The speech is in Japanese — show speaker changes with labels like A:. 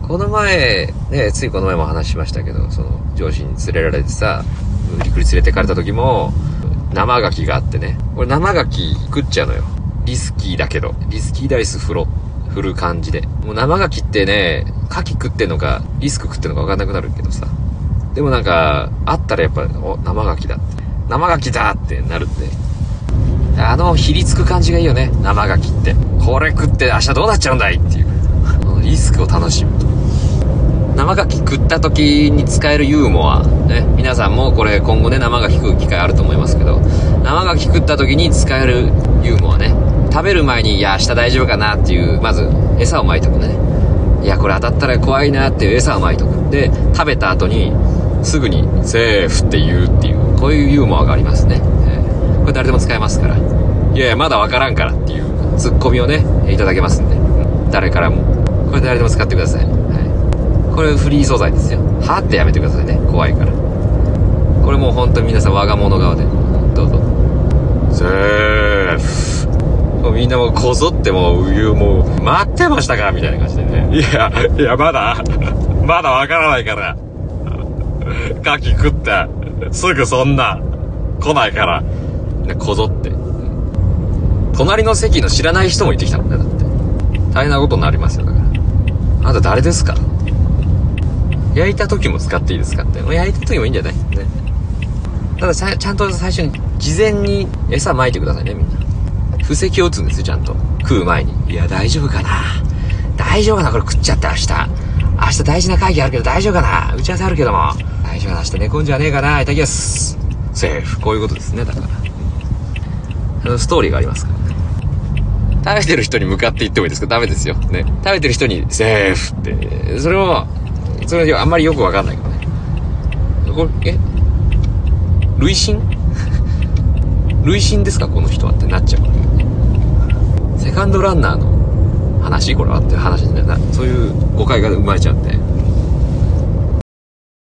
A: この前、ね、ついこの前も話しましたけど、その上司に連れられてさ、陸に連れてかれた時も、生牡蠣があってね。俺生牡蠣食っちゃうのよ。リスキーだけど。リスキーダイス振る感じで。もう生牡蠣ってね、牡蠣食ってんのか、リスク食ってんのか分かんなくなるけどさ。でもなんか、あったらやっぱ、お、生牡蠣だって。生牡蠣だってなるんで。ひりつく感じがいいよね。生牡蠣って。これ食って明日どうなっちゃうんだいっていう。リスクを楽しむと。生牡蠣食った時に使えるユーモア。ね。皆さんもこれ今後ね、生牡蠣食う機会あると思いますけど、生牡蠣食った時に使えるユーモアね。食べる前に、いや、明日大丈夫かなっていう、まず、餌をまいとくね。いや、これ当たったら怖いなっていう餌をまいとく。で、食べた後に、すぐに、セーフって言うっていう、こういうユーモアがありますね。これ誰でも使えますから。いやいや、まだわからんからっていう、ツッコミをね、いただけますんで。誰からも。これ誰でも使ってください。これフリー素材ですよ。はってやめてくださいね。怖いから。これもう本当に皆さん我が物顔で。どうぞ。セーフ。もうみんなもうこぞってもう待ってましたかみたいな感じでね。いや、まだわからないから。牡蠣食って、すぐそんな、来ないから。こぞって。隣の席の知らない人もいてきたのね、だって。大変なことになりますよ、だから。あなた誰ですか？焼いた時も使っていいですかって。焼いた時もいいんじゃないね。ただちゃんと最初に、事前に餌撒いてくださいね、みんな。布石を打つんですよ、ちゃんと。食う前に。いや、大丈夫かなこれ食っちゃって明日大事な会議あるけど大丈夫かな打ち合わせあるけども。大丈夫だ、明日寝込んじゃねえかな。いただきます。セーフ。こういうことですね、だから。ストーリーがありますからね。食べてる人に向かって言ってもいいですか？ダメですよ。ね。食べてる人に、セーフって。それはあんまりよくわかんないけどね。これ、累進ですかこの人はってなっちゃう。セカンドランナーの話これはって話になる。そういう誤解が生まれちゃうんで。